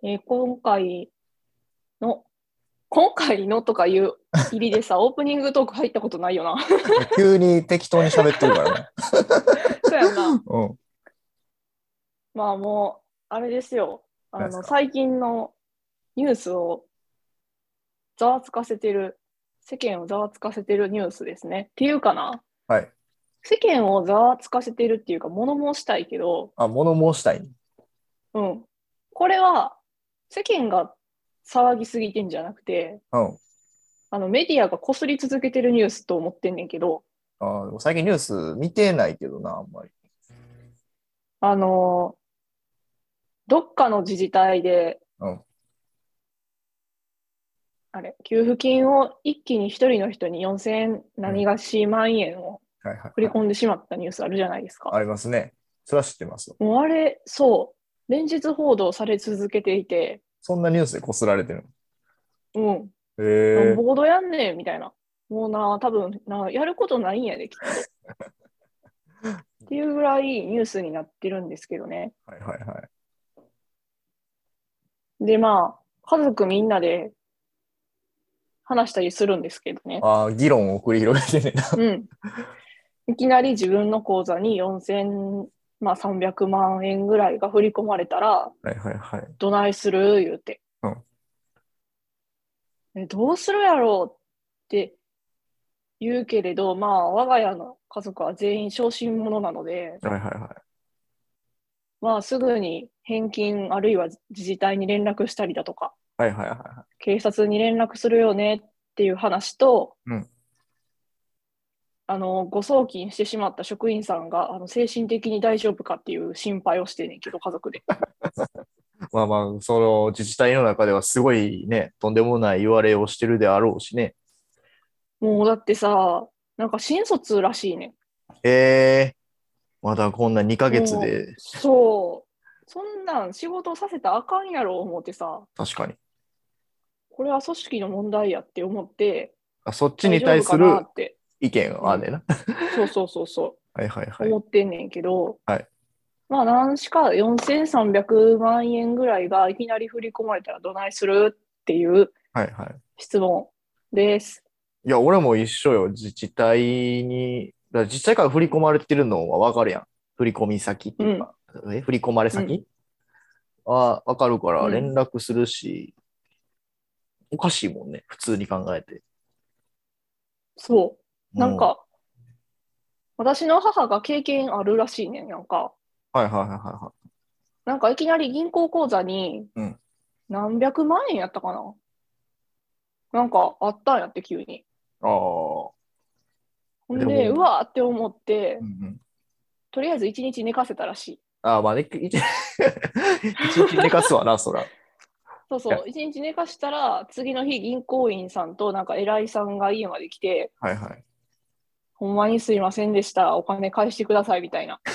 今回の、今回のとかいう入りでさ、オープニングトーク入ったことないよな。 急に適当に喋ってるからな。 そうやんな。 うん。 まあもう、あれですよ。 何ですか？ 最近のニュースをざわつかせてる、世間をざわつかせてるニュースですね。っていうかな。 はい。 世間をざわつかせてるっていうか、物申したいけど、 あ、物申したい。 うん。これは、世間が騒ぎすぎてんじゃなくて、 うん。 メディアがこすり続けてるニュースと思ってんねんけど、 でも最近ニュース見てないけどな、あんまり。 あの、どっかの自治体で、 うん。 あれ、給付金を一気に一人の人に4000 うん。 何がし万円をはいはいはい。 振り込んでしまったニュースあるじゃないですか。 ありますね。それは知ってますよ。 もうあれ、そう、連日報道され続けていて、 そんなニュースでこすられてるうん、 の？ なんへえ。 ぼほどやんねんみたいな。もうな、多分な、やることないんやで、きっと。っていうぐらいニュースになってるんですけどね。 はいはいはい。 で、まあ、家族みんなで話したりするんですけどね。 議論を繰り広げてねな。 うん。いきなり自分の口座に4000、まあ300万円ぐらいが振り込まれたら、 はいはいはい。 どないする言うて。 うん。 どうするやろうって言うけれど、まあ我が家の家族は全員小心者なので、 はいはいはい。 まあすぐに返金あるいは自治体に連絡したりだとか、 はいはいはいは警察に連絡するよねっていう話と、 い。うん。 誤送金してしまった職員さんが精神的に大丈夫かっていう心配をしてんねんけど、家族で。 まあまあ、その自治体の中ではすごいね、とんでもない言われをしてるであろうしね。 もうだってさ、なんか新卒らしいねええ、まだこんな2 ん。 ヶ月もう、 で、 そう。そんなん仕事させたらあかんやろ思ってさ、 確かに。 これは組織の問題やって思って、 そっちに大丈夫かな対するって、 意見うん。 あんねんな。 そうそうそうそはいはいう、 はい。 思ってんねんけど、 はい。 まあ、何しか4300万円ぐらいがいきなり振り込まれたらどないするっていうはいはい。 質問です。 いや、俺も一緒よ。自治体に、だから自治体から振り込まれてるのはわかるやん。振り込み先ってうん、 いうか、振り込まれうん、 先はわかるから連うん。 絡するし、おかしいもんね。普通に考えて。 そう。 うん。 なんか、私の母が経験あるらしいねん、なんか。 はいはいはいはい。 なんかいきなり銀行口座にうん。 何百万円やったかな、なんかあったんやって急に。 ああ。でほんで、うも、 わーって思って、 うんうん。 とりあえず一日寝かせたらしい。 まあね、一日寝かすわな、そら。いや、 そうそう、一日寝かしたら、次の日銀行員さんとなんか偉いさんが家まで来て、 はいはい。 ほんまにすいませんでした、お金返してくださいみたいな。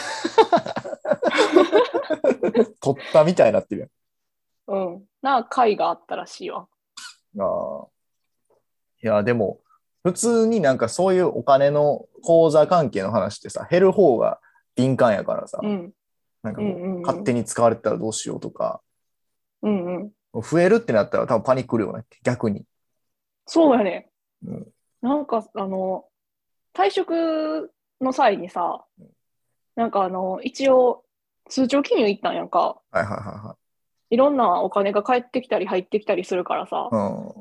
取ったみたいになってるうん。な会があったらしいわ。 やん。いや、でも、普通になんかそういうお金の口座関係の話ってさ、減る方が敏感やからさ、 うん。 なんかこう、 うんうんうん。 勝手に使われてたらどうしようとか、 うんうん。 増えるってなったら多分パニックるよね、逆に。 そうやね。 うん。 なんか、退職の際にさ、なんか一応、通帳記入行ったんやんか。 はいはいはいはい。 いろんなお金が返ってきたり入ってきたりするからさ。 うん。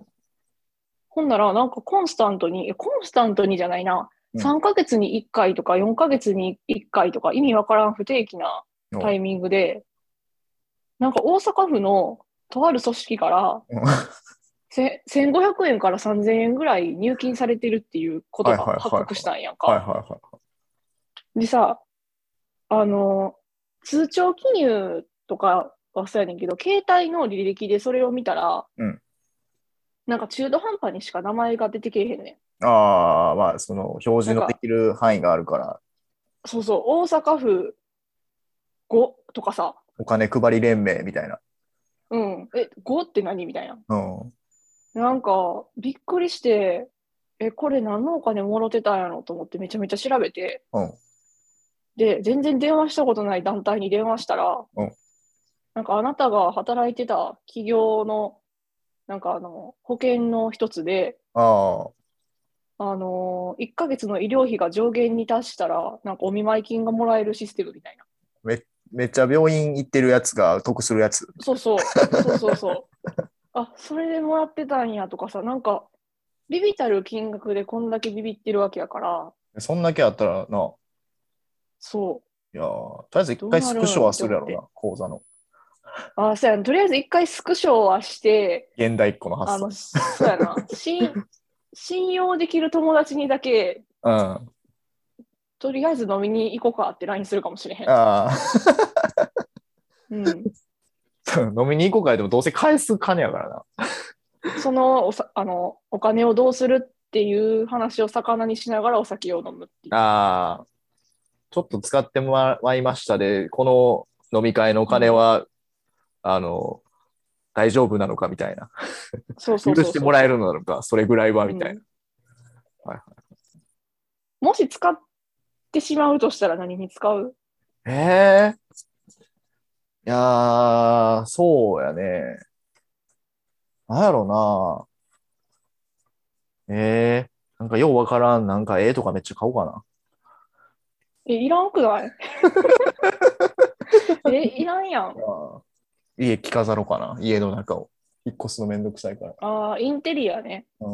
ほんなら、なんかコンスタントに、コンスタントにじゃないな。 うん。 3ヶ月に1回とか4ヶ月に1回とか意味わからん不定期なタイおミングで、なんか大阪府のとある組織からうん。は 1500円から3000円ぐらい入金されてるっていうこといはいが発はいはい。 覚したんやんか。 はいはいはい。 でさ、あの、通帳記入とかはそうやねんけど、携帯の履歴でそれを見たら、 うん。 なんか中途半端にしか名前が出てけえへんねん。 まあ、その、表示のでなんか、 きる範囲があるから、 そうそう、大阪府5とかさ、 お金配り連盟みたいな。 うん、5って何みたいな。 うん。 なんか、びっくりして、これ何のお金もろてたんやろと思ってめちゃめちゃ調べて、 うん。 で、全然電話したことない団体に電話したら、 うん。 なんかあなたが働いてた企業の、なんか保険の一つで、 あ 1ヶ月の医療費が上限に達したら、なんかお見舞い金がもらえるシステムみたいな。 めっちゃ病院行ってるやつが得するやつ。 そうそう、そうそうそう。あ、それでもらってたんやとかさ、なんか、ビビたる金額でこんだけビビってるわけやから、 そんだけあったらな、 そいやーとりあえずう、どう一回スクショなるんはするやろな、 って思って。 講座の。 あ、そうやな、とりあえず一回スクショはして、 現代っ子の発想。 そうやな、信用できる友達にだけ、 うん。あとりあえず飲みに行こうかって LINE するかもしれへん。 あ。 うん。 飲みに行こうかでもどうせ返す金やからな。 そのお金をどうするっていう話を魚にしながらお酒を飲むっていう。 ああ。ちょっと使ってもらいましたで、この飲み会のお金は、あの、大丈夫なのかみたいな。 そうそう許してもらえるそうそうそのか、それぐらいはう。 みたいな。 うん。 はいはもし使ってしまうとしたら何に使う？ い、いやー、そうやね。なんやろな。なんかようわからん、なんかとかめっちゃ買おうかな。 いらんくない？いらんやん。 あー家着飾ろうかな。家の中を。引っ越すのめんどくさいから。 ああ、インテリアね。 うん、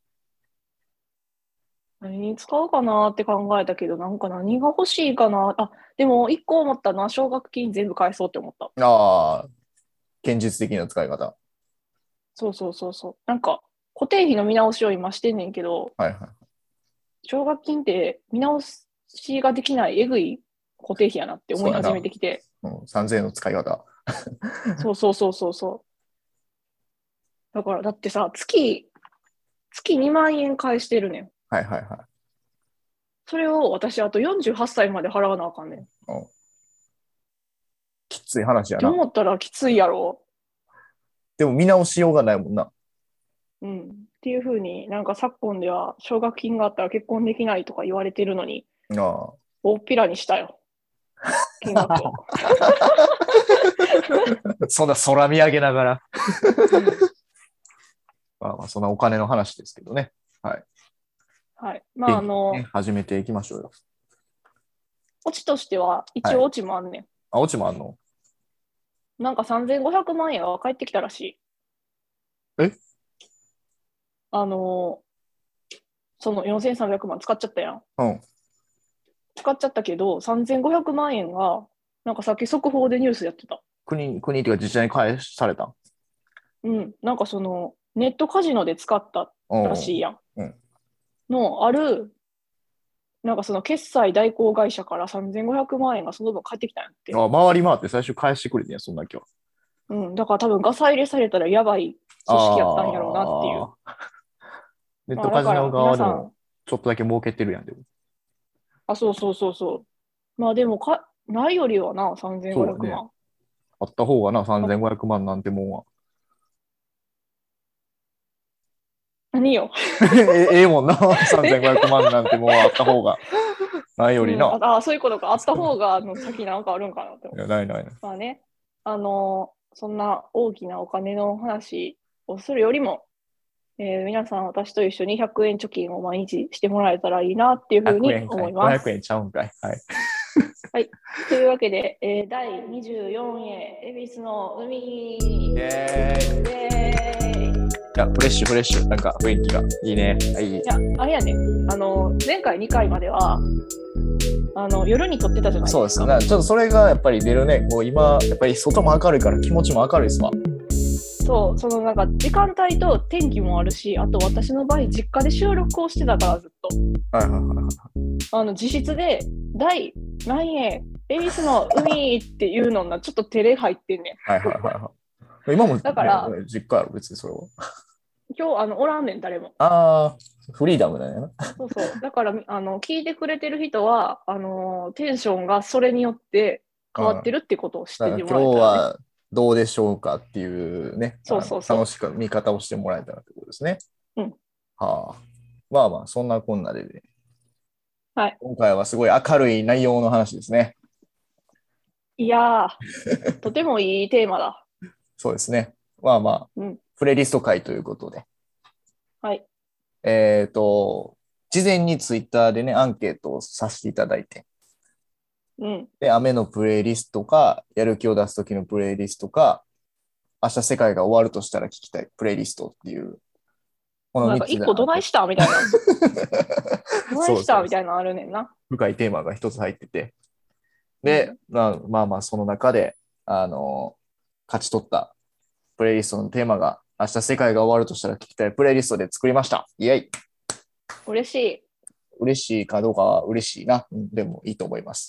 何に使うかなって考えたけど、なんか何が欲しいかな。あ、でも一個思ったのは奨学金全部返そうって思った。 ああ、現実的な使い方。 そうそうそうそう。なんか固定費の見直しを今してんねんけど、 はいはい。 奨学金って見直しができないえぐい固定費やなって思い始めそうやな。 てきて。 うん、3000円の使い方。 そうそうそうそうそう。だから、だってさ、月2万円返してるねん。 はいはいはい。 それを私、あと48歳まで払わなあかんねん。っうん、きつい話やてな。 思ったらきついやろ。 でも見直しようがないもんな。 うん。っていうふうになんか昨今では奨学金があったら結婚できないとか言われてるのに、 あ大っぴらにしたよ。金額を。 あ。そんな空見上げながら。 うん。 まあまあ、そんなお金の話ですけどね。はい。 はい。まあ、 元気にね、始めていきましょうよ。 オチとしては、 はい。 一応オチもあんねあ、オチもあんの？ ん。なんか3500万円は返ってきたらしい。 えあの、その4300万使っちゃったやん。 うん。 使っちゃったけど、3500万円が、なんかさっき速報でニュースやってた。 国っていうか自治体に返された。 うん。なんかネットカジノで使ったうん。 らしいやん。 うん。 の、なんか決済代行会社から3500万円がその分返ってきたんやって。 あ、回り回って最初返してくれてんや、そんな今日。 うん。だから多分ガサ入れされたらやばい組織やったんやろうなっていう。 ああ。ネッまあトカジノだから皆側でもさん、 ちょっとだけ儲けてるやん、でも。 あ、そうそうそうそう。まあでもないよりはな、3500 そうやね。 万。 あった方がな、 あ、 3500万なんてもんは。 何よ。 ええもんな、 え、 3500万なんてもんはあった方が。ないようん、 りな。 そういうことか。あった方が先なんかあるんかなって思う。 いや、ないないない。 まあね、そんな大きなお金の話をするよりも、皆さん私と一緒に100円貯金を毎日してもらえたらいいなっていうふう 100 に円かい。 思いま 500円す。 ちゃうんかい。はい。 はい。というわけで、第24へ恵比寿の海。イイェーイ。いエーイ。 や、フレッシュフレッシュ。なんか雰囲気がいいね。はい。 いや、あれやね、前回2回までは、夜に撮ってたじゃないですか。 そうですね。ちょっとそれがやっぱり出るね。もう今、やっぱり外も明るいから気持ちも明るいですわ。 そう、なんか時間帯と天気もあるし、あと私の場合、実家で収録をしてたからずっと。 はいはいはいはい。 自室で、第何円、恵比寿の海っていうのな、ちょっと照れ入ってんねん。 はいはいはいはい。今も、ね、 だから、 実家やろ、別にそれは。 今日、おらんねん、誰も。 ああ、フリーダムだよな。 そうそう。だから、聞いてくれてる人は、テンションがそれによって変わってうん。 るってことを知っててだから今日もらえたらね。 はどうでしょうかっていうね、 そうそうそ楽しく見方をしてもらえたらってことですね。 う。うん。 はあ。まあまあ、そんなこんなで、 はい。 今回はすごい明るい内容の話ですね。 いやー、とてもいいテーマだ。 そうですね。まあまあ、 うん。 プレイリスト会ということで。 はい。 えっと、事前にツイッターでね、アンケートをさせていただいて、 うん。 で、雨のプレイリストか、やる気を出す時のプレイリストか、明日世界が終わるとしたら聞きたいプレイリストっていう、この3 なんか一つで個どないしたみたいな。どないそうそうそう。 したみたいなのあるねんな。 深いテーマが一つ入ってて。で、 うん。 まあ、その中で、勝ち取ったプレイリストのテーマが、明日世界が終わるとしたら聞きたいプレイリストで作りました。イェイ。 嬉しい。 嬉しいかどうかは嬉しいな。でもいいと思います。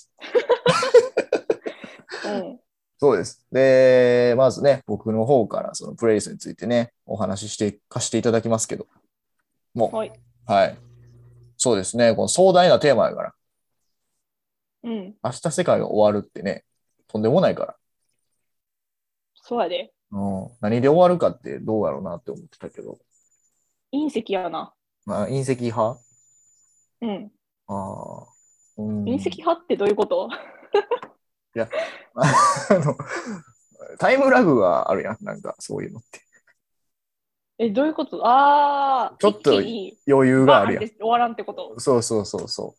うん。 そうです。で、まずね、僕の方からそのプレイリストについてね、お話しして、貸していただきますけど、もはい。 う、はい。そうですね、この壮大なテーマやから、 うん。 明日世界が終わるってね、とんでもないから、 そうやで。 何で終わるかってどうやろうなって思ってたけど、 隕石やな。 まあ、隕石派うん。 ああ、 隕石派ってどういうこと？ いや、の、タイムラグがあるやん、なんかそういうのって。 え、どういうこと？ああー、一ちょっと気に余裕があバーンっるやん。 て終わらんってこと？ そうそうそうそう。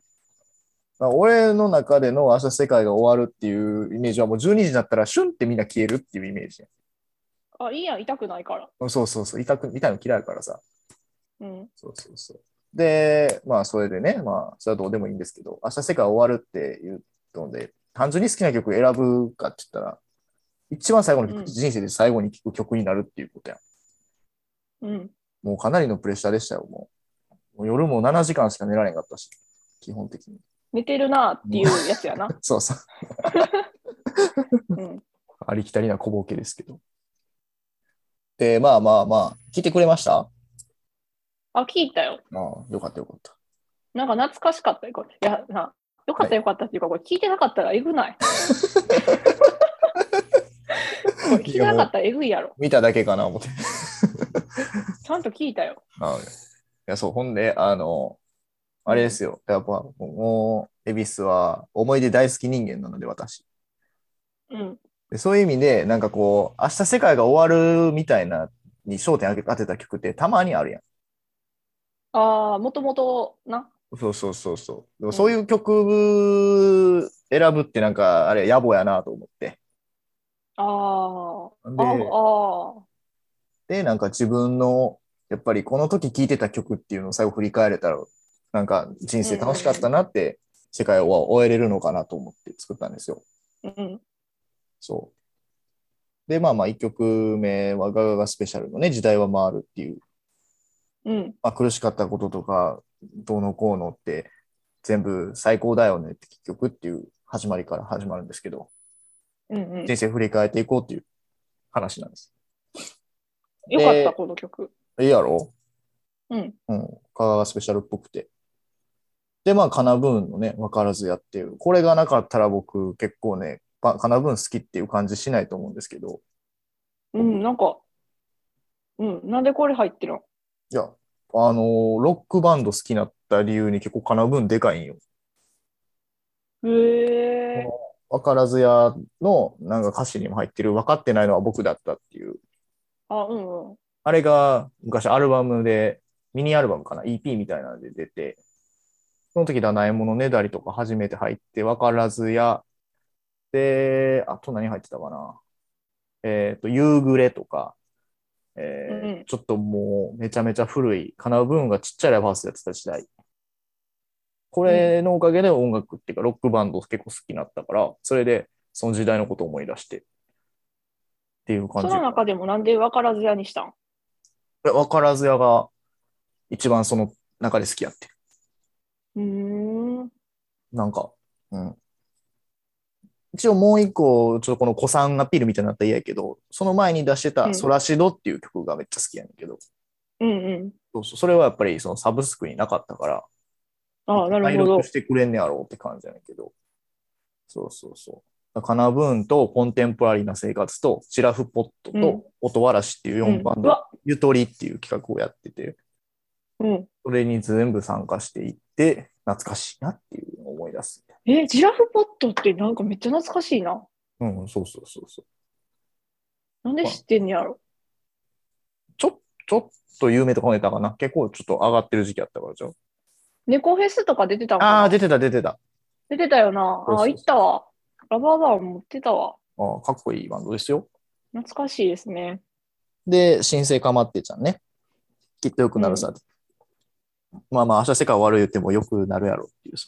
俺の中での明日世界が終わるっていうイメージはもう12時になったらシュンってみんな消えるっていうイメージやあ、いいやん、痛くないから。 ん。そうそうそう。痛いの嫌いからさ。 うん。 そうそうそう。で、まあそれでね、まあそれはどうでもいいんですけど、明日世界終わるっていうので、単純に好きな曲選ぶかって言ったら、一番最後の曲ってうん。 人生で最後に聴く曲になるっていうことやん。 うん。 もうかなりのプレッシャーでしたよ、もう夜も7時間しか寝られんかったし、基本的に。 寝てるなっていうやつやな。 そうそう。 うん。 ありきたりな小ボケですけど。で、まあまあまあ、聞いてくれました？ あ、聞いたよ。 ああ、よかったよかった。 なんか懐かしかったよ、これ。いや、よかはい。 ったよかったっていうか、これ聞いてなかったらえぐない？これ聞いいやもてなかったらえぐいやろ。 う、見ただけかな思って。 ちゃんと聞いたよ。 いや、そう、ほんで、あうん。 れですよ。やっぱ、もう、恵比寿は思い出大好き人間なので、私。 うん。 で、そういう意味で、なんかこう、明日世界が終わるみたいなに焦点当てた曲ってたまにあるやん。 ああ、もともとな。 そうそうそうそう。でもうん。 そういう曲選ぶってなんか、あれ、野暮やなと思って。 ああ、 で、 ああ、 なんか自分の、やっぱりこの時聴いてた曲っていうのを最後振り返れたら、なんか人うん生楽しかったうんなって、世界を終えれるのかなと思って作ったんですよ。 うん。うん。 そう。で、まあまあ、一曲目はガガガスペシャルのね、時代は回るっていう、 うん。 まあ苦しかったこととか、どうのこうのって全部最高だよねって結局っていう始まりから始まるんですけど、 うんうん。 人生振り返っていこうっていう話なんです。 よかった、 で、 この曲。 いいやろ？ うん。 うん。ガガガスペシャルっぽくて。で、まあ、カナブーンのね、わからずやってる。これがなかったら僕結構ね、カナブーン好きっていう感じしないと思うんですけど、 うん、なんか、うん。なんでこれ入ってるの？ いや、ロックバンド好きになった理由に結構カナブーンでかいんよ。 へこえ。 のわからずやのなんか歌詞にも入ってる分かってないのは僕だったっていう。 あ、うんうん。 あれが昔アルバムで、ミニアルバムかな？ EP みたいなので出て、その時だなえものねだりとか初めて入って、わからずや、で、あと何入ってたかな？夕暮れとか、 うん。 ちょっともうめちゃめちゃ古い、カナブーンがちっちゃいライブハウスやってた時代。こうん。 れのおかげで音楽っていうかロックバンド結構好きになったから、それでその時代のことを思い出してっていう感そじかな。 の中でもなんで分からずやにしたん？ わからずやが一番その中で好きやって。 うーん。 なんか、うん。一応もう一個、ちょっとこの古参アピールみたいになったら嫌やけど、その前に出してうん。 たソラシドっていう曲がめっちゃ好きやねんけど、 うんうん。 そうそう、それはやっぱりそのサブスクになかったから、 ああ、なる解読しほど。 てくれんねやろうって感じやねんけど、そうそうそう。カナブーンとコンテンポラリーな生活とシラフポットうん。 と音わらしっていう4 うん。 バンド、 うわ。 ゆとりっていう企画をやってて、 うん。 それに全部参加していって、懐かしいなっていうのを思い出す。 ジラフポットってなんかめっちゃ懐かしいな。 うん、そうそうそうそう。 なんでまあ、 知ってんねやろ。 ちょ、ちょっと有名とか出たかな。結構ちょっと上がってる時期あったからじゃ猫フェスとか出てたんかあ。ああ、 な。 出てた、出てた。 出てたよな。あ、 そうそうそ行ったわ。ラバーバーン持ってたわ。 う。ああ、かっこいいバンドですよ。 懐かしいですね。 で、新生かまってちゃんね。きっと良くうん。 なるさ。まあまあ、明日世界終わる言っても良くなるやろっていうさ。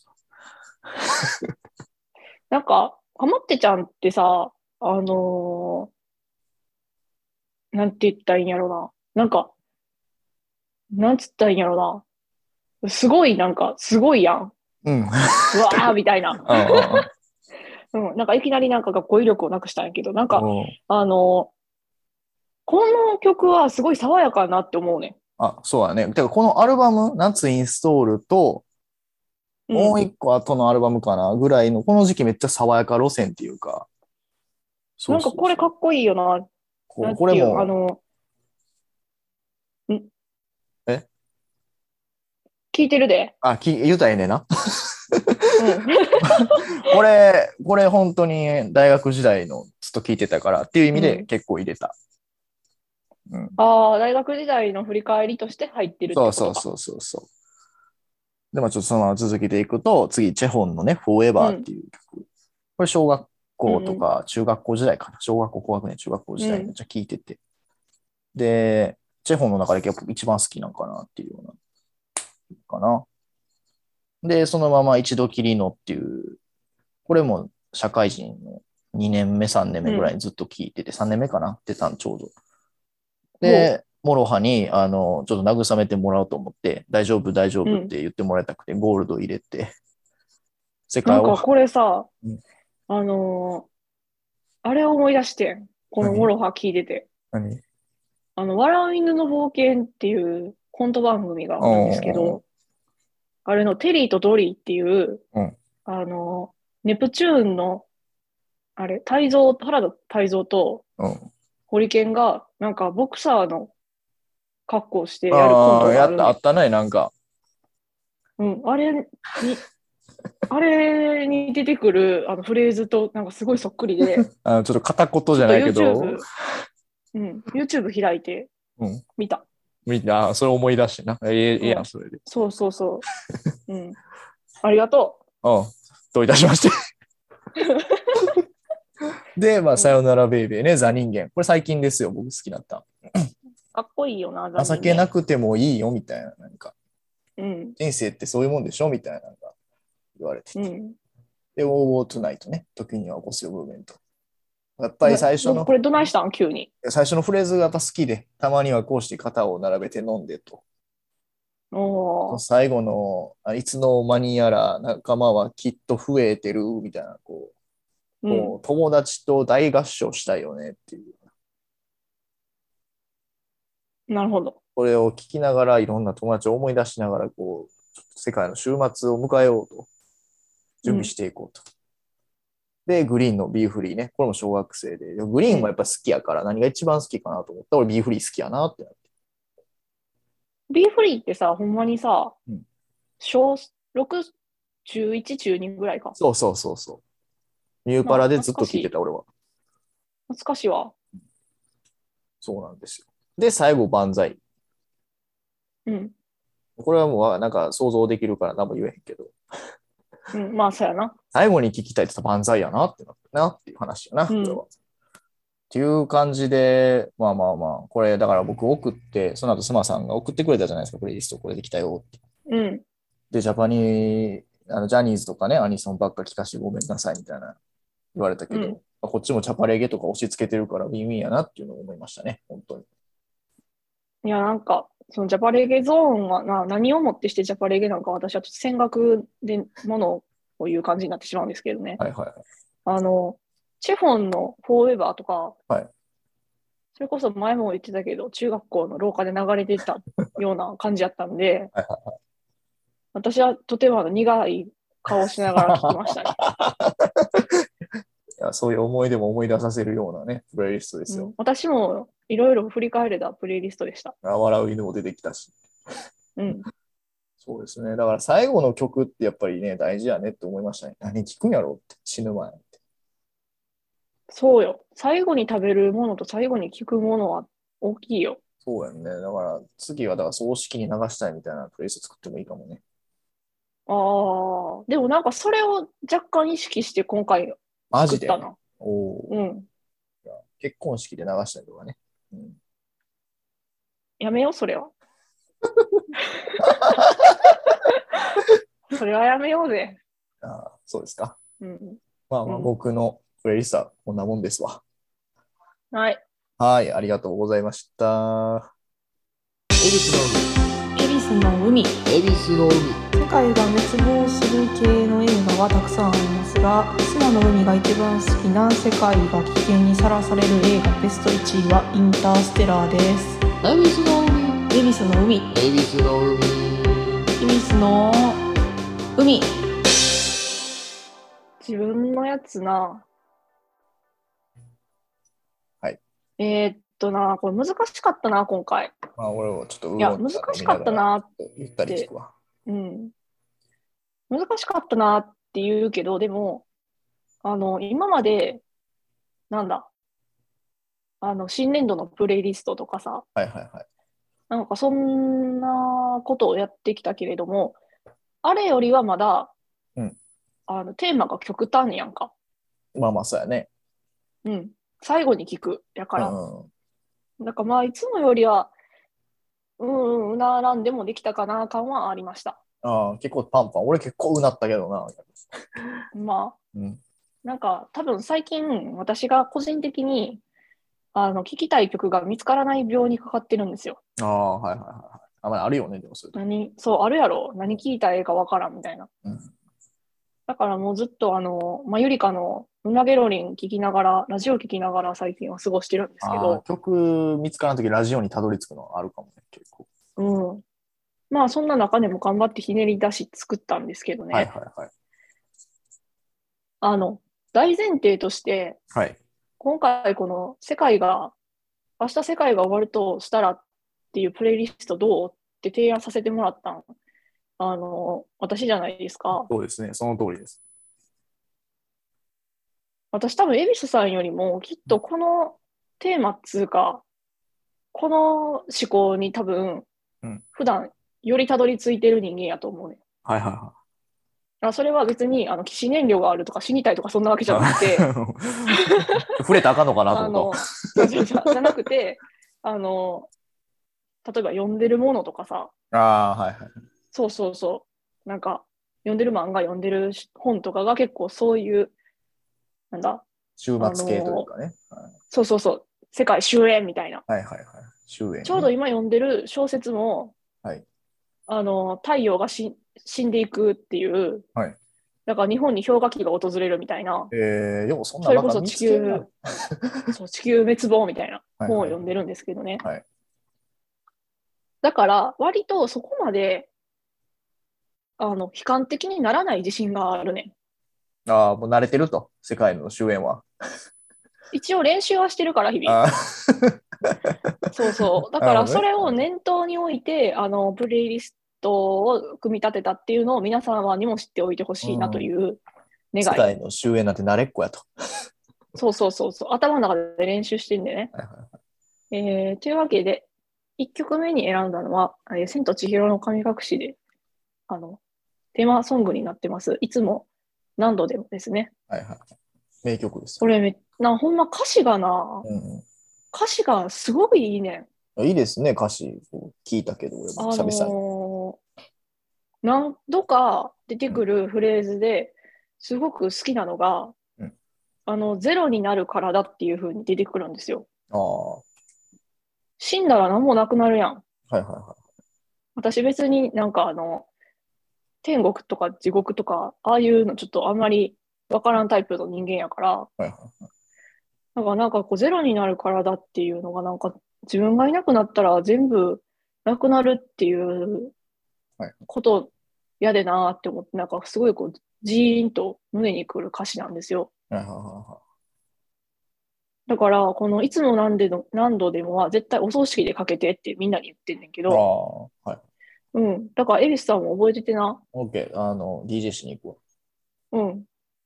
なんか、かまってちゃんってさ、あのなんて言ったらいいんやろな。なんか、なんつったらいいんやろな。すごい、なんか、すごいやん。 うん。 うわーみたいな。 ああ、あうん。なんか、いきなりなんか語彙力をなくしたんやけど、なんか、 あ、 あのこの曲はすごい爽やかなって思うね。 あ、そうだね。てか、このアルバム、夏インストールと、 うん。 もう一個後のアルバムかなぐらいの、この時期めっちゃ爽やか路線っていうか、そうなんかそうそう。 これかっこいいよな。なんていう、 これも、え聞いてるで。 あ、言うたらええねんな。 うん。 これ本当に大学時代のずっと聞いてたからっていう意味でうん。 結構入れた。うん。 ああ、大学時代の振り返りとして入ってるっそてことか。 うそうそうそうそう。で、まあちょっとそのまま続けていくと、次、チェホンのね、フォーエバーっうん。 ていう曲。これ小学校とうん。 か中学校時代かな。小学校高学年、中学校うん。 時代めっちゃ聞いてて。で、チェホンの中で結構一番好きなんかなっていうような、かな。で、そのまま一度きりのっていう、これも社会人の2年目、3年うん。 目ぐらいにずっと聞いてて、3年目かな出たんちょうど。 ほで、モロハに、ちょっと慰めてもらおうと思って、大丈夫、大丈う。うん。 夫って言ってもらいたくて、ゴールド入れて、世界を、 なんかこれさ、 うんあのーあれを思い出してん。このモ何ロハ聞いてて。 何笑う犬の冒険っていうコント番組があるんですけおー、 ど、あれのテリーとドリーっていう、 うん、 あのネプチューンの、あれ、原田泰造とうん。 ホリケンが、なんかボクサーの格好をしてやるコンああ、やった、あトがあるねん。 ったね、なんか。 うん、に、あれに出てくるあのフレーズとなんかすごいそっくりで、 ちょっと片言ちょっとじゃないけど、 YouTube、うん、YouTube 開いてうん。 見た。 みんな、それ思い出してな。ええやん、 うん。 それで。 そうそうそう。うん。ありがとうん。どういたしまして。で、まあ、 う。うん。 さよならベイベーね、ザ人間。これ最近ですよ、僕好きだった。 かっこいいよな、ザ情人間。 けなくてもいいよ、みたいな、なんか、 うん。 人生ってそういうもんでしょみたいな、なんか言われてて。 うん。 で、ウォーウォートゥナイトね、時には起こすよ、ムーブメント。やっぱりこれどないしたん急に。 最初のフレーズがやっぱ好きで、たまにはこうして肩を並べて飲んでと。 おー。 最後の、いつの間にやら仲間はきっと増えてるみたいな、 うん。 友達と大合唱したいよねっていう。 なるほど。 これを聞きながら、いろんな友達を思い出しながら、世界の週末を迎えようと、準備うん。 していこうと。で、グリーンのビーフリーね。これも小学生で。グリうん。 ーンもやっぱ好きやから、何が一番好きかなと思ったら、俺ビーフリー好きやなってなって。 ビーフリーってさ、ほんまにさ、 うん、 小6、中1、中2ぐらいか。 そうそうそうそう。ニューパラなあ、 でずっ懐かしい。 と聞いてた、俺は。 懐かしいわ。 そうなんですよ。で、最後、万歳。 うん。 これはもうなんか想像できるから何も言えへんけど、 うん。まあ、そうやな。 最後に聞きたいって言ったら万歳やなってなったなっていう話やな、これは。 うん。 っていう感じで、まあまあまあ、これだから僕送って、その後スマさんが送ってくれたじゃないですか、プレイリストこれできたよって。 うん。 で、ジャニーズとかね、アニソンばっか聞かしてごめんなさいみたいな言われたけうん。 ど、こっちもチャパレゲとか押し付けてるからウィンウィンやなっていうのを思いましたね、本当に。 いや、なんか、そのジャパレゲゾーンは何をもってしてジャパレゲなんか私はちょっと戦学でものを言う感じになってしまうんですけどね。 はいはいはい。 あの、チェフォンのフォーエバーとか、 はい。 それこそ前も言ってたけど、中学校の廊下で流れてたような感じやったんで、 はいは私はとても苦い顔をしながら聞きましたね。 いや、そういう思い出も思い出させるようなね、プレイリストですよ。 うん、私もいろいろ振り返れたプレイリストでした。 笑う犬も出てきたし。 うん。 そうですね。だから最後の曲ってやっぱりね、大事やねって思いましたね。何聞くんやろって死ぬ前。 そうよ。最後に食べるものと最後に聞くものは大きいよ。 そうやんね。だから次はだから葬式に流したいみたいなプレイス作ってもいいかもね。 ああ、でもなんかそれを若干意識して今回マジで。 作ったな。 おお。 うん。 結婚式で流したりとかね。うん、 やめよう、それは。それはやめようぜ。 そうですか。 うん。 まあまあうん。 僕のプレイリストはこんなもんですわ。 はい。 はい、ありがとうございました。恵比寿恵比寿の海。 の海。恵比寿の海。 世界が滅亡する系の映画はたくさんありますが、妻の海が一番好きな世界が危険にさらされる映画ベスト1位はインターステラーです。 恵比寿の海。 恵比寿の海。 恵比寿の海。 恵比寿の海。自分のやつな。 はい。 これ難しかったな、今回。 まあ俺もちょっとウいや、難ーロン茶飲しかみながらったなっゆったり聞て、 くわ。 うん。難しかったなって言うけど、でも、今まで、なんだ、新年度のプレイリストとかさ、 はいはいはい。 なんかそんなことをやってきたけれども、あれよりはまだ、 うん。 テーマが極端やんか。 まあまあそうやね。 うん。最後に聞く。やかうら。 んうん。 なんかまあ、いつもよりは、うならんでもできたかな感はありました。 ああ、結構パンパン。俺結構うなったけどな。 まあ、 うん。 なんか多分最近私が個人的に聞きたい曲が見つからない病にかかってるんですよ。 ああ、はいはいはい。あ、まあ、あるよね、でもそういうと。 そう、あるやろ。何聞いたらええかわからんみたいな。 うん。 だからもうずっとゆりかのうなげろりん聞きながら、ラジオ聞きながら最近は過ごしてるんですけああ、 ど、 曲見つからんときラジオにたどり着くのあるかもね、結構。 うん。まあそんな中でも頑張ってひねり出し作ったんですけどはいね。 はいはい。 あの、大前提として、 はい。 今回この明日世界が終わるとしたらっていうプレイリストどうって提案させてもらったん。私じゃないですか。 そうですね、その通りです。 私多分、恵比寿さんよりも、きっとこのテーマっつうか、この思考に多分、 うん。 普段よりたどり着いてる人間やと思うね。 はいはいはそれは別に、起死燃料があるとか死にたいとかそんなわけじゃなくて、 い。触れたらあかんのかなと思っじゃなくて、あの、例えば読んでるものとかさ、 た。ああ、はいはい。 そうそうそう、なんか、読んでる漫画、読んでる本とかが結構そういう、なんだ、 週あ末系というの、 かね。 そうそうそう、世界終焉みたいな。 はいはいはい。終焉ね。 ちょうど今読んでる小説も、 はい。 太陽が死んでいくっていう、 はい。 だから日本に氷河期が訪れるみたいな、 でもそんなバカ見それこそつけんな。 地球滅亡みたいなはいはい。 本を読んでるんですけどね。 はい。 だから割とそこまで、悲観的にならない自信があるね。 ああ、もう慣れてると。世界の終焉は。 一応練習はしてるから、日々。 ああ。 そうそう。だなるほどね。 からそれを念頭に置いて、プレイリストを組み立てたっていうのを皆様にも知っておいてほしいなうん。 という願い。 世界の終焉なんて慣れっこやと。 そうそうそうそう。頭の中で練習してんでね。 はいはいというわけで、1曲目に選んだのは、千と千尋の神隠しで、あの、テーマソングになってます。いつも何度でもですね。 はいはい。名曲ですよ。 これほんま歌詞がな、 うん歌詞がすごくいいねん。 うん。いいですね、歌詞。聞いたけど、俺もあ久々に。 の何度か出てうんくるフレーズですごく好きなのが、 うん。 ゼロになるからだっていう風に出てくるんですよ。 ああ、は死んだら何もなくなるやん。 いはいは私別になんか天国とか地獄とか、ああいうのちょっとあんまりわからんタイプの人間やから、 い。はいはなんかこうゼロになるからだっていうのがなんか自分がいなくなったら全部なくなるっていういはい。 ことやでなって思って、なんかすごいこうジーンと胸にくる歌詞なんですよ。 はいはいはだから、このいつも何度でもは絶対お葬式でかけてってみんなに言ってんねんけい。あど、 あ、はい。 うん。だから、恵比寿さんも覚えててな。 OK。DJ しに行くわ。 うん。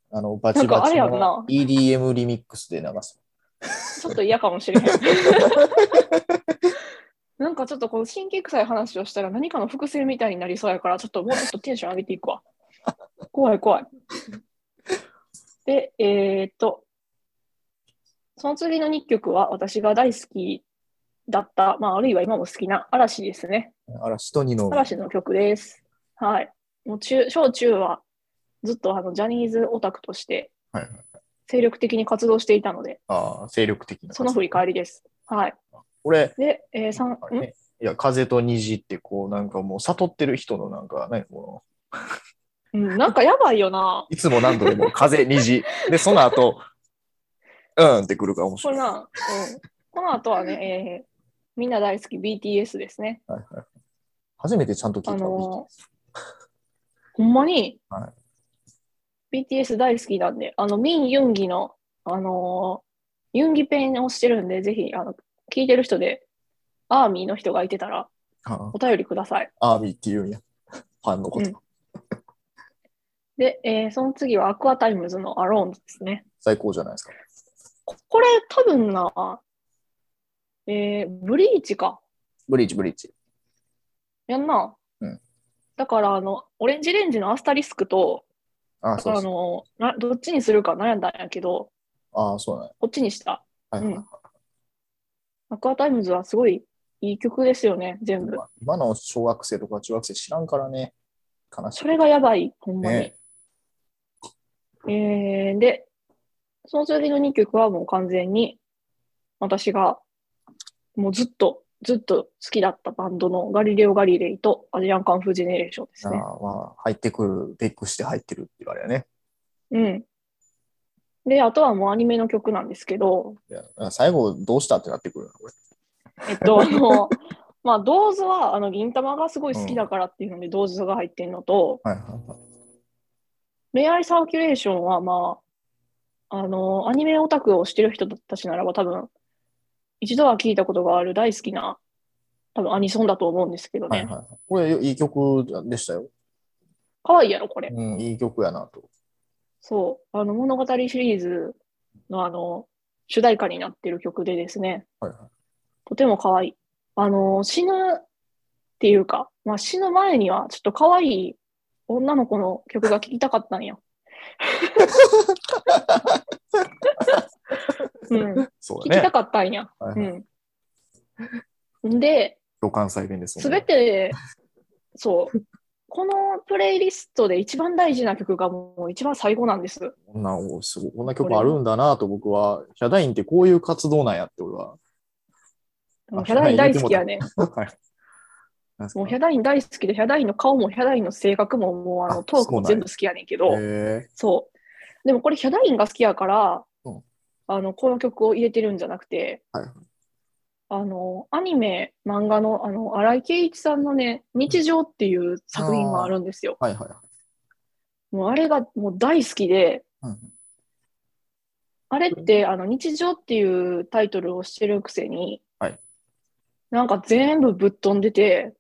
バなんかあチバチのれやんな。 EDM リミックスで流す。 ちょっと嫌かもしれへん。なんかちょっとこの神経臭い話をしたら何かの伏線みたいになりそうやから、ちょっともうちょっとテンション上げていくわ。怖い怖い。で、その次の2曲は私が大好きだった、まあ、あるいは今も好きな嵐ですね。 嵐と二の海。 嵐の曲です。はい。もう小中はずっとジャニーズオタクとしてはいはい。 精力的に活動していたので、 ああ、精力的なその振り活動ね。 返りです。はい。 これ、 で、 あれね。いや、風と虹ってこう、なんかもう悟ってる人のなんか、ね、こうん、なんかやばいよな。 のいつも何度でも風、虹。で、その後、うんってくるから面白い。 これな、うん。この後はね、みんな大好き BTS ですね。 はいはい。初めてちゃんと聞いたわ、BTS。 ほんまにはい。 BTS 大好きなんで、ミン・ユンギの、ユンギペンをしてるんで、ぜひ、聞いてる人で、アーミーの人がいてたら、 あお便りください。 アーミーって言うんや。ファンのこと。 うん。で、その次はアクアタイムズのアローンズですね。 最高じゃないですか。 これ多分な、ブリーチか。 ブリーチ、ブリーチ。 やんな。 うん。 だから、オレンジレンジのアスタリスクと、 ああ、そうそう。 どっちにするか悩んだんやけど、 ああ、そうなんや。 こっちにした。 はいはいうん。アクアタイムズはすごいいい曲ですよね、全部。 今の小学生とか中学生知らんからね。悲しいそれこと。 がやばい、ほんまに。 ね。 で、その次の2曲はもう完全に私がもうずっと好きだったバンドのガリレオ・ガリレイとアジアンカンフージェネレーションでああ、 すね。 まあ、入ってくる、ベックして入ってるって言われやね。 うん。で、あとはもうアニメの曲なんですけど、 いや、最後どうしたってなってくるな、これ。 まあ、銅図は銀魂がすごい好きだうん。 からっていうので銅図が入ってるのと、 はいはいはい。 恋愛サーキュレーションはまあ、アニメオタクをしてる人たちならば多分一度は聞いたことがある大好きな多分アニソンだと思うんですけどね。 はいはいはい。これ、いい曲でしたよ。 可愛いやろ、これ。 うん、いい曲やなと。 そう。物語シリーズの主題歌になってる曲でですね、 はいはい。 とても可愛い。死ぬっていうか、まあ、死ぬ前にはちょっと可愛い女の子の曲が聴きたかったんや。うん。聴きたそうだね。 かったんや。 はいはい。 うん。んで、 関西弁ですもすべんね。 て、そう。このプレイリストで一番大事な曲がもう一番最後なんです。 すごい、こんな曲あるこれの。 んだなと僕は、ヒャダインってこういう活動なんやって俺は、あ、ヒャダイヒャダイン大ン言うてもうた。 好きやね。 はい。なんですか。 もうヒャダイン大好きで、ヒャダインの顔もヒャダインの性格ももうあ、 トークもそうなんや。 全部好きやねんけど、 へえ。 そう。でもこれヒャダインが好きやから、 うん。 この曲を入れてるんじゃなくて、 はい。 アニメ、漫画の、荒井圭一さんのね、日常っていうあ作品がああ、 るんですよ。 はいはいはい。 もうあれがもう大好きで、 うん。 あれって日常っていうタイトルをしてるくせに、 はい。 なんか全部ぶっ飛んでて、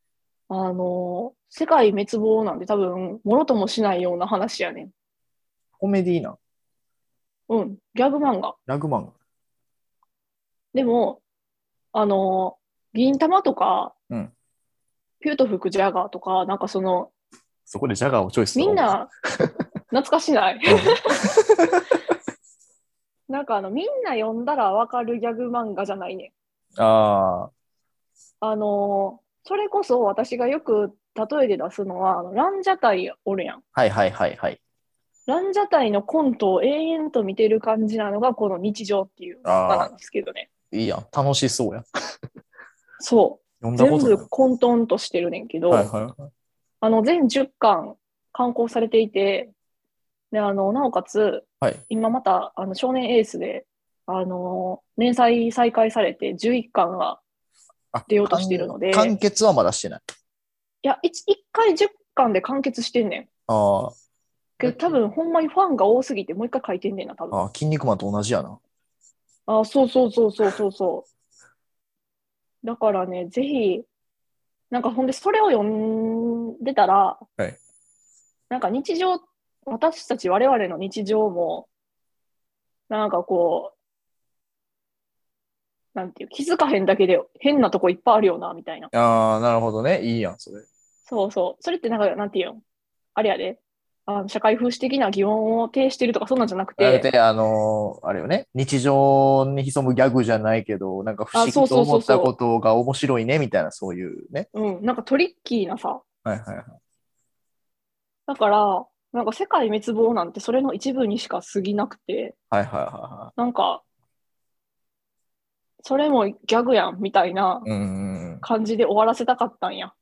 世界滅亡なんて多分、ものともしないような話やねん。 コメディーな、 うん、ギャグ漫画。 ラグマン。 でも、あの、銀魂とか、 うん。 ピュート吹くジャガーとか、なんかそこでジャガーをチョイスしたの。 みんな懐かしない。 うん。 なんかみんな読んだらわかるギャグ漫画じゃないね。 ああ、 それこそ私がよく例えで出すのは、ランジャタイおるやん。 はいはいはいはい。 ランジャタイのコントを永遠と見てる感じなのがこの日常っていう漫画ああ、 なんですけどね。 いいやん。楽しそうや。 そう。 読んだこ全とない。 部混沌としてるねんけはいど、 はいはい。 全10巻刊行されていて、で、なおかつ、 はい。 今また、少年エースで、連載再開されて11巻があ、 出ようとしているので、 完結はまだしてない。 いや、一回10巻で完結してんねん。 ああ、 けど多分、ほんまにファンが多すぎて、もう一回書いてんねんな、多分。 筋肉マンと同じやな。 あ、そうそうそうそうそうそう。だからね、ぜひ、なんかほんで、それを読んでたら、 はい。 なんか日常っ私たち我々の日常も、なんかこう、なんていう、気づかへんだけで変なとこいっぱいあるよな、みたいな。 ああ、なるほどね。いいやん、それ。 そうそう。それってなんか、なんていうのあれやで。社会風刺的な疑問を呈してるとか、そんなんじゃなくて、 あれで、あれよね。日常に潜むギャグじゃないけど、なんか不思議そうそうと思ったこそうそとが面白いね、みたいな、そういうね。 う。うん。なんかトリッキーなさ。 はいはいはい。 だから、なんか世界滅亡なんてそれの一部にしか過ぎなくて、 はいはいはなんか、それもギャグやん、みたいないはい。うん。 感じで終わらせたかったんや。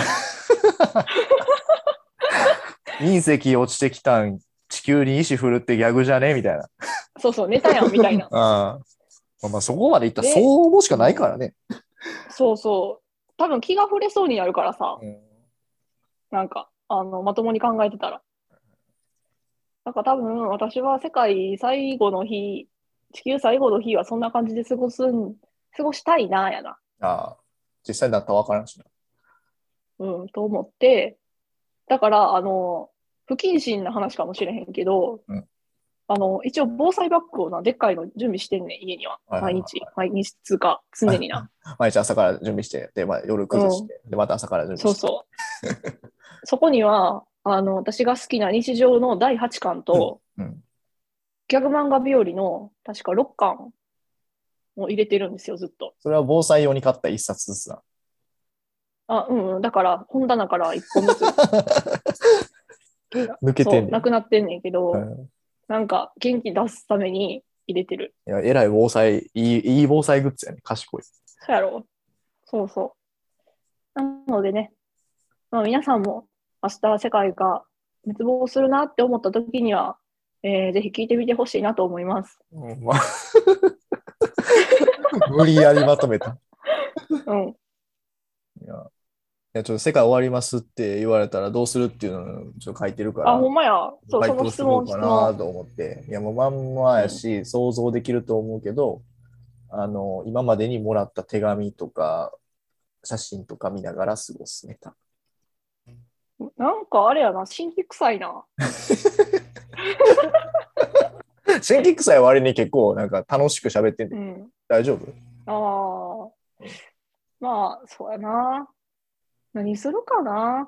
隕石落ちてきたん、地球に石振るってギャグじゃねみたいな。 そうそう、ネタやん、みたいな。 ああ。まあ、そこまでいったらで、 そう思うしかうん、 ないからね。 そうそう。多分気が触れそうになるからさ、 うん。 なんか、まともに考えてたら。なんか多分私は世界最後の日、地球最後の日はそんな感じで過ごしたいな、やな。 ああ。実際になったらわからんしな。 うん、と思って、だから、不謹慎な話かもしれへんけど、 うん。 一応防災バッグをな、でっかいの準備してんねん、家には。 はいはいは毎日つうか、常にな。 い。毎日朝から準備して、で、まあ、夜うん、 崩して、で、また朝から準備して。 そうそう。そこには、私が好きな日常の第8巻うん。 と、 うん。 ギャグ漫画日和の、確か6巻を入れてるんですよ、ずっと。 それは防災用に買った一冊ずつな。 うん、だから、本棚から1本ずつ、 抜けてんそう、 ねん。 なくなってんねんけど、 うん。 なんか、元気出すために入れてる。 いや、えらい防災、いい防災グッズやね。賢い。 そうやろそうそう。なのでね、まあ、皆さんも明日世界が滅亡するなって思った時には、ぜひ聞いてみてほしいなと思います。 うん、まあ、無理やりまとめた。 うん。 いや、ちょっと世界終わりますって言われたらどうするっていうのをちょっと書いてるかあ、 ら、 ほんまや。そう、そ回答しとこうのかな質問。 と思って、いやもうまんまうん。 やし、想像できると思うけど、今までにもらった手紙とか、写真とか見ながら過ごすネタ。 なんかあれやな、神秘臭いな。 新規臭い割に結構なんか楽しく喋ってんで、 うん。 大丈夫？ ああ、まあ、そうやな。何するかな。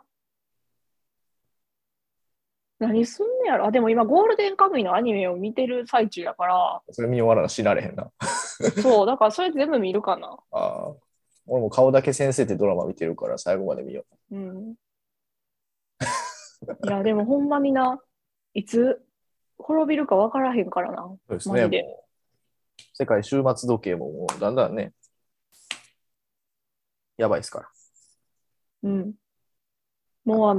何すんねやろ。あ、でも今、ゴールデンカムイのアニメを見てる最中やから、 それ見終わらな知られへんな。 そう、だからそれ全部見るかな。 ああ、俺も顔だけ先生ってドラマ見てるから最後まで見ようん。いや、でもほんまにな、いつ滅びるか分からへんからな。 う。そうですね、 マジで。 もう、世界終末時計ももうだんだんね、やばいですから。 うん。もう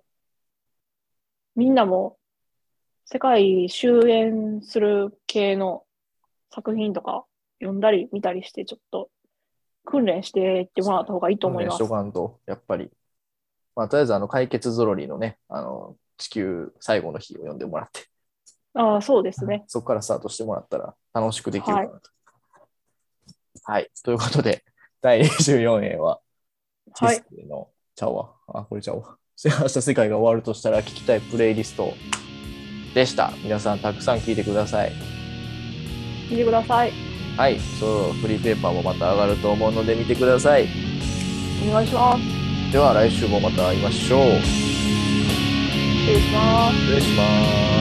みんなも世界終焉する系の作品とか読んだり見たりして、ちょっと訓練していってもらった方がいいと訓練しと思います。 かんと、やっぱり。まあ、とりあえず解決ぞろりのね、地球最後の日を読んでもらって、 ああ、そうですね。 そこからスタートしてもらったら楽しくできるはい。 かなと。はい。ということで、第24話は、チはい。 スのちゃうわ。あ、これちゃうわ。明日世界が終わるとしたら聞きたいプレイリストでした。皆さんたくさん聞いてください。 見てください。 はい。そう、フリーペーパーもまた上がると思うので見てください。 お願いします。 では来週もまた会いましょう。 失礼します。 失礼します。